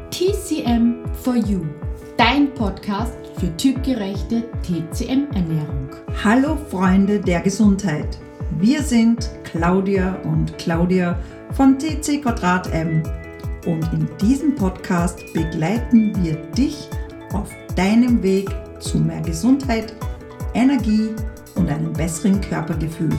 TCM for You, dein Podcast für typgerechte TCM-Ernährung. Hallo Freunde der Gesundheit, wir sind Claudia und Claudia von TC Quadrat M und in diesem Podcast begleiten wir dich auf deinem Weg zu mehr Gesundheit, Energie und einem besseren Körpergefühl.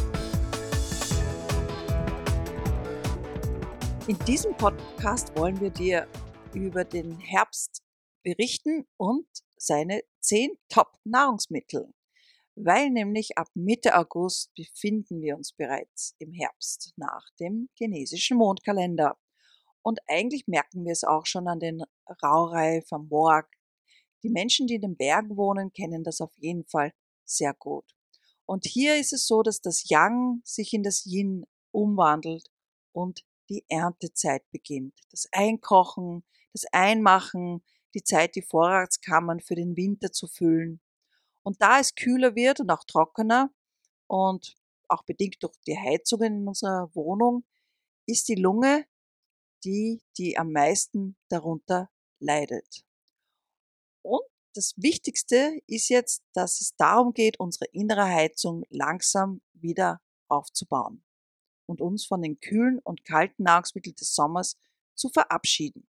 In diesem Podcast wollen wir dir über den Herbst berichten und seine 10 Top-Nahrungsmittel, weil nämlich ab Mitte August befinden wir uns bereits im Herbst nach dem chinesischen Mondkalender. Und eigentlich merken wir es auch schon an den Raureif am Morg. Die Menschen, die in den Bergen wohnen, kennen das auf jeden Fall sehr gut. Und hier ist es so, dass das Yang sich in das Yin umwandelt und die Erntezeit beginnt. Das Einkochen, das Einmachen, die Zeit, die Vorratskammern für den Winter zu füllen. Und da es kühler wird und auch trockener und auch bedingt durch die Heizungen in unserer Wohnung, ist die Lunge die am meisten darunter leidet. Und das Wichtigste ist jetzt, dass es darum geht, unsere innere Heizung langsam wieder aufzubauen und uns von den kühlen und kalten Nahrungsmitteln des Sommers zu verabschieden.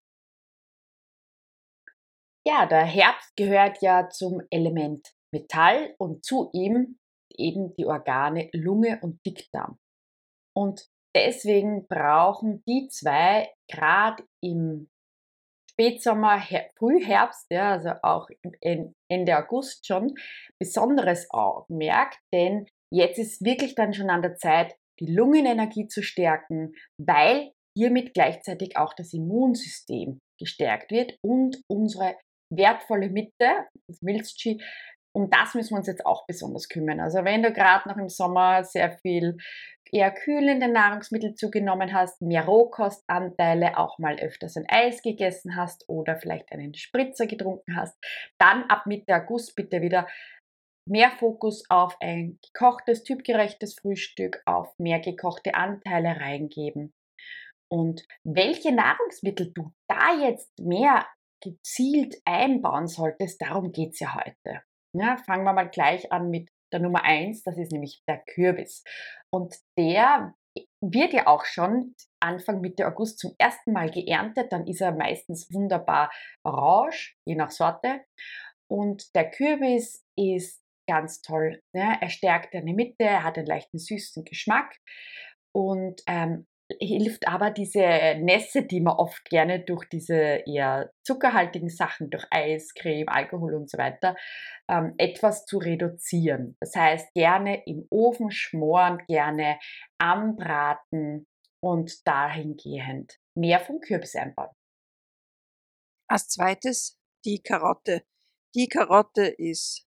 Ja, der Herbst gehört ja zum Element Metall und zu ihm eben die Organe Lunge und Dickdarm. Und deswegen brauchen die zwei gerade im Spätsommer, Frühherbst, ja, also auch Ende August schon, besonderes Augenmerk, denn jetzt ist wirklich dann schon an der Zeit, die Lungenenergie zu stärken, weil hiermit gleichzeitig auch das Immunsystem gestärkt wird und unsere wertvolle Mitte, das Milzqi, um das müssen wir uns jetzt auch besonders kümmern. Also wenn du gerade noch im Sommer sehr viel eher kühlende Nahrungsmittel zugenommen hast, mehr Rohkostanteile, auch mal öfters ein Eis gegessen hast oder vielleicht einen Spritzer getrunken hast, dann ab Mitte August bitte wieder mehr Fokus auf ein gekochtes, typgerechtes Frühstück, auf mehr gekochte Anteile reingeben. Und welche Nahrungsmittel du da jetzt mehr gezielt einbauen solltest, darum geht es ja heute. Ja, fangen wir mal gleich an mit der Nummer 1, das ist nämlich der Kürbis. Und der wird ja auch schon Anfang Mitte August zum ersten Mal geerntet, dann ist er meistens wunderbar orange, je nach Sorte. Und der Kürbis ist ganz toll. Ja, er stärkt deine Mitte, er hat einen leichten süßen Geschmack und hilft aber diese Nässe, die man oft gerne durch diese eher zuckerhaltigen Sachen, durch Eis, Creme, Alkohol und so weiter, etwas zu reduzieren. Das heißt, gerne im Ofen schmoren, gerne anbraten und dahingehend mehr vom Kürbis einbauen. Als zweites die Karotte. Die Karotte ist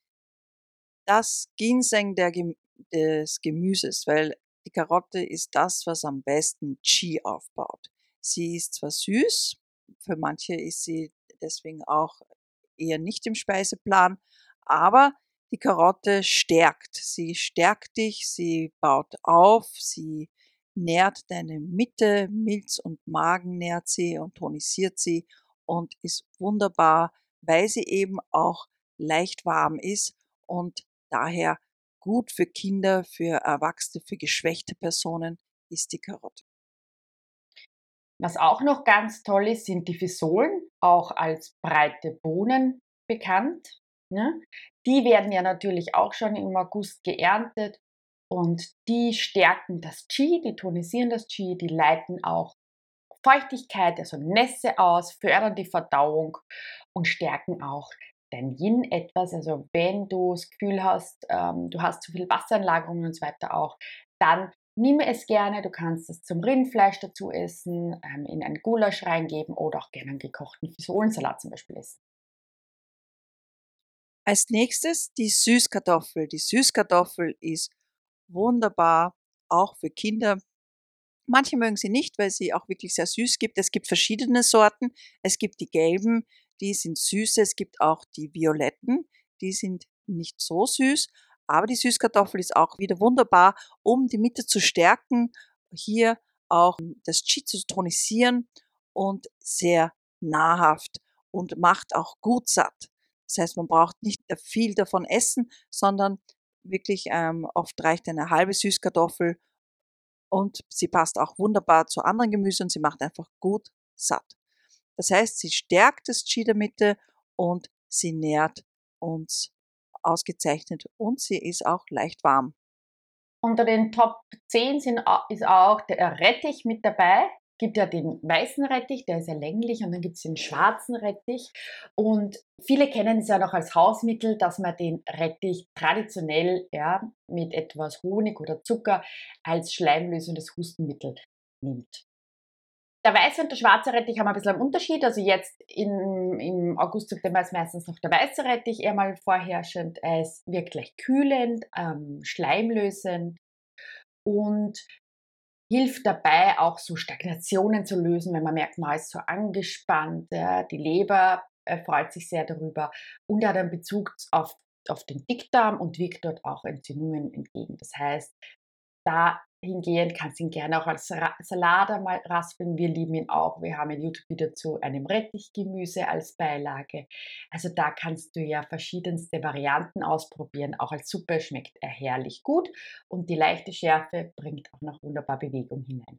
das Ginseng des Gemüses, weil die Karotte ist das, was am besten Qi aufbaut. Sie ist zwar süß, für manche ist sie deswegen auch eher nicht im Speiseplan, aber die Karotte stärkt. Sie stärkt dich, sie baut auf, sie nährt deine Mitte, Milz und Magen nährt sie und tonisiert sie und ist wunderbar, weil sie eben auch leicht warm ist und daher gut für Kinder, für Erwachsene, für geschwächte Personen ist die Karotte. Was auch noch ganz toll ist, sind die Fisolen, auch als breite Bohnen bekannt. Ne? Die werden ja natürlich auch schon im August geerntet und die stärken das Qi, die tonisieren das Qi, die leiten auch Feuchtigkeit, also Nässe aus, fördern die Verdauung und stärken auch dein Yin etwas. Also wenn du das Gefühl hast, du hast zu viel Wasseranlagerungen und so weiter auch, dann nimm es gerne. Du kannst es zum Rindfleisch dazu essen, in einen Gulasch reingeben oder auch gerne einen gekochten Fisolensalat zum Beispiel essen. Als nächstes die Süßkartoffel. Die Süßkartoffel ist wunderbar, auch für Kinder. Manche mögen sie nicht, weil sie auch wirklich sehr süß gibt. Es gibt verschiedene Sorten. Es gibt die gelben, die sind süße. Es gibt auch die violetten, die sind nicht so süß. Aber die Süßkartoffel ist auch wieder wunderbar, um die Mitte zu stärken, hier auch das Qi zu tonisieren und sehr nahrhaft und macht auch gut satt. Das heißt, man braucht nicht viel davon essen, sondern wirklich oft reicht eine halbe Süßkartoffel und sie passt auch wunderbar zu anderen Gemüsen und sie macht einfach gut satt. Das heißt, sie stärkt das Qi der Mitte und sie nährt uns ausgezeichnet und sie ist auch leicht warm. Unter den Top 10 ist auch der Rettich mit dabei. Es gibt ja den weißen Rettich, der ist ja länglich, und dann gibt es den schwarzen Rettich. Und viele kennen es ja noch als Hausmittel, dass man den Rettich traditionell mit etwas Honig oder Zucker als schleimlösendes Hustenmittel nimmt. Der weiße und der schwarze Rettich haben ein bisschen einen Unterschied. Also jetzt im August, September ist meistens noch der weiße Rettich eher mal vorherrschend. Er ist wirklich kühlend, schleimlösend und hilft dabei, auch so Stagnationen zu lösen, wenn man merkt, man ist so angespannt. Ja, die Leber freut sich sehr darüber und er hat einen Bezug auf den Dickdarm und wirkt dort auch Entzündungen entgegen. Das heißt, dahingehend kannst du ihn gerne auch als Salat einmal raspeln. Wir lieben ihn auch. Wir haben ein YouTube-Video zu einem Rettichgemüse als Beilage. Also da kannst du ja verschiedenste Varianten ausprobieren. Auch als Suppe schmeckt er herrlich gut und die leichte Schärfe bringt auch noch wunderbar Bewegung hinein.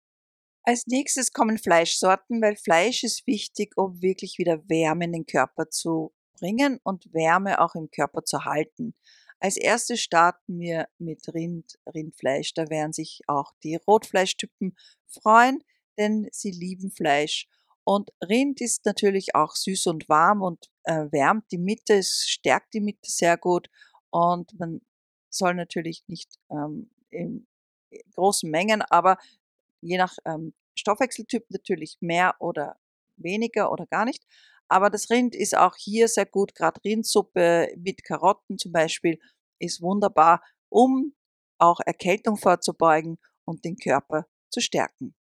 Als nächstes kommen Fleischsorten, weil Fleisch ist wichtig, um wirklich wieder Wärme in den Körper zu bringen und Wärme auch im Körper zu halten. Als erstes starten wir mit Rindfleisch. Da werden sich auch die Rotfleischtypen freuen, denn sie lieben Fleisch. Und Rind ist natürlich auch süß und warm und wärmt die Mitte, es stärkt die Mitte sehr gut und man soll natürlich nicht in großen Mengen, aber je nach Stoffwechseltyp natürlich mehr oder weniger oder gar nicht. Aber das Rind ist auch hier sehr gut, gerade Rindsuppe mit Karotten zum Beispiel ist wunderbar, um auch Erkältung vorzubeugen und den Körper zu stärken.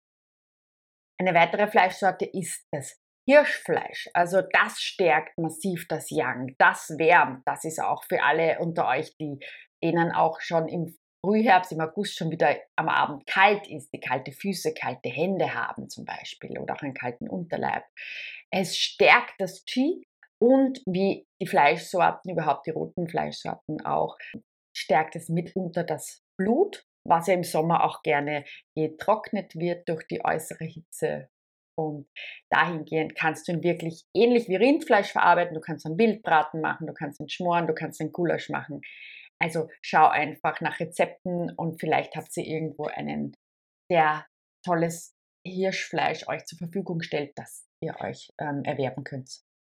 Eine weitere Fleischsorte ist das Hirschfleisch. Also das stärkt massiv das Yang, das wärmt. Das ist auch für alle unter euch, denen auch schon im Frühherbst, im August schon wieder am Abend kalt ist, die kalte Füße, kalte Hände haben zum Beispiel oder auch einen kalten Unterleib. Es stärkt das Qi und wie die Fleischsorten, überhaupt die roten Fleischsorten auch, stärkt es mitunter das Blut, was ja im Sommer auch gerne getrocknet wird durch die äußere Hitze. Und dahingehend kannst du ihn wirklich ähnlich wie Rindfleisch verarbeiten. Du kannst einen Wildbraten machen, du kannst ihn schmoren, du kannst einen Gulasch machen. Also schau einfach nach Rezepten und vielleicht habt ihr irgendwo einen, der tolles Hirschfleisch euch zur Verfügung stellt, das ihr euch erwerben könnt.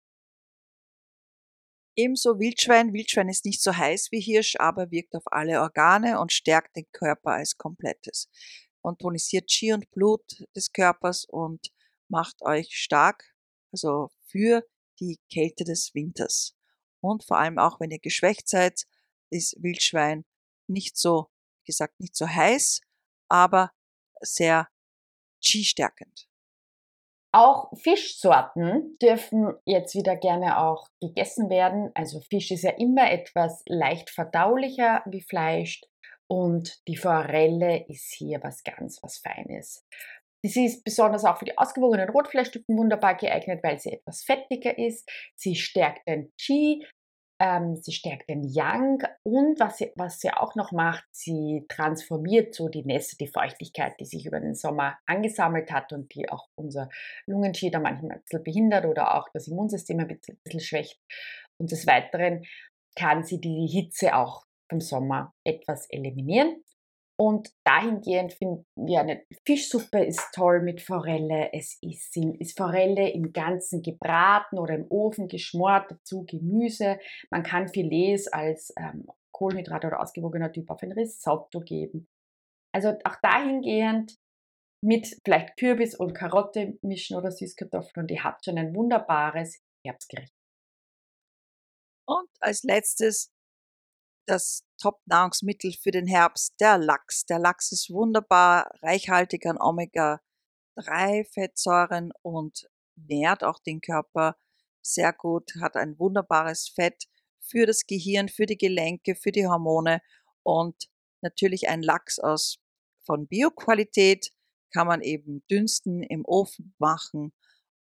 Ebenso Wildschwein. Wildschwein ist nicht so heiß wie Hirsch, aber wirkt auf alle Organe und stärkt den Körper als Komplettes und tonisiert Qi und Blut des Körpers und macht euch stark, also für die Kälte des Winters. Und vor allem auch, wenn ihr geschwächt seid, ist Wildschwein nicht so, wie gesagt, nicht so heiß, aber sehr Qi-stärkend. Auch Fischsorten dürfen jetzt wieder gerne auch gegessen werden. Also Fisch ist ja immer etwas leicht verdaulicher wie Fleisch und die Forelle ist hier was Feines. Sie ist besonders auch für die ausgewogenen Rotfleischtypen wunderbar geeignet, weil sie etwas fettiger ist. Sie stärkt den Qi, sie stärkt den Yang und was sie auch noch macht, sie transformiert so die Nässe, die Feuchtigkeit, die sich über den Sommer angesammelt hat und die auch unser Lungenqi da manchmal ein bisschen behindert oder auch das Immunsystem ein bisschen schwächt. Und des Weiteren kann sie die Hitze auch vom Sommer etwas eliminieren. Und dahingehend finden wir, eine Fischsuppe ist toll mit Forelle. Es ist Forelle im Ganzen gebraten oder im Ofen geschmort, dazu Gemüse. Man kann Filets als Kohlenhydrat oder ausgewogener Typ auf ein Risotto geben. Also auch dahingehend mit vielleicht Kürbis und Karotte mischen oder Süßkartoffeln und ihr habt schon ein wunderbares Herbstgericht. Und als letztes das Top-Nahrungsmittel für den Herbst, der Lachs. Der Lachs ist wunderbar reichhaltig an Omega-3-Fettsäuren und nährt auch den Körper sehr gut, hat ein wunderbares Fett für das Gehirn, für die Gelenke, für die Hormone und natürlich ein Lachs von Bioqualität kann man eben dünsten, im Ofen machen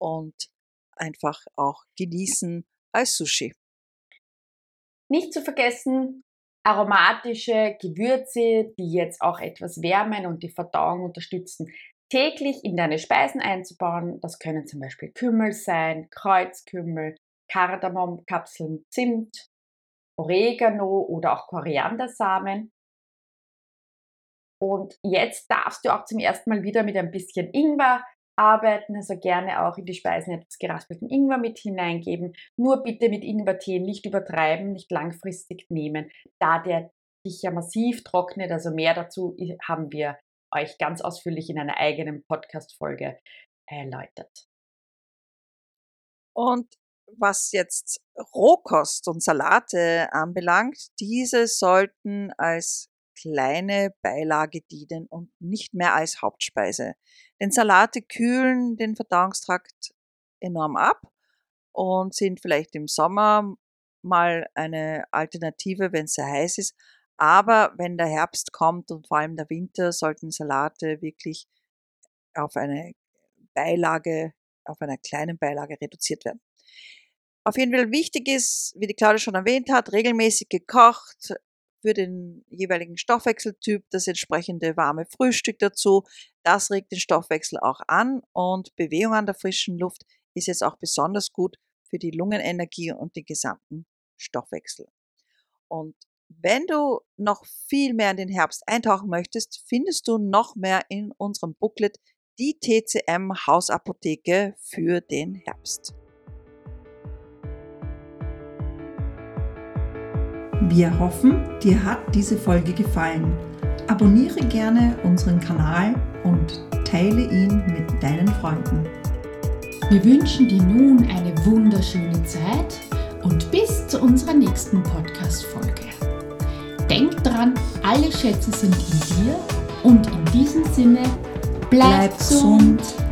und einfach auch genießen als Sushi. Nicht zu vergessen, aromatische Gewürze, die jetzt auch etwas wärmen und die Verdauung unterstützen, täglich in deine Speisen einzubauen. Das können zum Beispiel Kümmel sein, Kreuzkümmel, Kardamomkapseln, Zimt, Oregano oder auch Koriandersamen. Und jetzt darfst du auch zum ersten Mal wieder mit ein bisschen Ingwer arbeiten, also gerne auch in die Speisen etwas geraspelten Ingwer mit hineingeben. Nur bitte mit Ingwertee nicht übertreiben, nicht langfristig nehmen, da der dich ja massiv trocknet. Also mehr dazu haben wir euch ganz ausführlich in einer eigenen Podcast-Folge erläutert. Und was jetzt Rohkost und Salate anbelangt, diese sollten als kleine Beilage dienen und nicht mehr als Hauptspeise. Denn Salate kühlen den Verdauungstrakt enorm ab und sind vielleicht im Sommer mal eine Alternative, wenn es sehr heiß ist. Aber wenn der Herbst kommt und vor allem der Winter, sollten Salate wirklich auf eine Beilage, auf einer kleinen Beilage reduziert werden. Auf jeden Fall wichtig ist, wie die Claudia schon erwähnt hat, regelmäßig gekocht, für den jeweiligen Stoffwechseltyp das entsprechende warme Frühstück dazu. Das regt den Stoffwechsel auch an und Bewegung an der frischen Luft ist jetzt auch besonders gut für die Lungenenergie und den gesamten Stoffwechsel. Und wenn du noch viel mehr in den Herbst eintauchen möchtest, findest du noch mehr in unserem Booklet die TCM Hausapotheke für den Herbst. Wir hoffen, dir hat diese Folge gefallen. Abonniere gerne unseren Kanal und teile ihn mit deinen Freunden. Wir wünschen dir nun eine wunderschöne Zeit und bis zu unserer nächsten Podcast-Folge. Denk dran, alle Schätze sind in dir und in diesem Sinne, bleib gesund.